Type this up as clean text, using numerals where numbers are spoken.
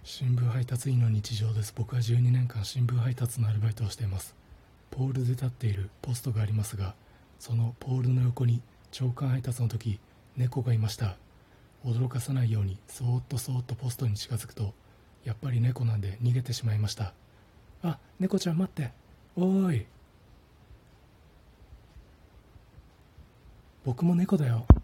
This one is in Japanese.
新聞配達員の日常です。僕は12年間新聞配達のアルバイトをしています。ポールで立っているポストがありますが、そのポールの横に朝刊配達の時、猫がいました。驚かさないようにそーっとポストに近づくと、やっぱり猫なんで逃げてしまいました。あ、猫ちゃん待って。おーい。僕も猫だよ。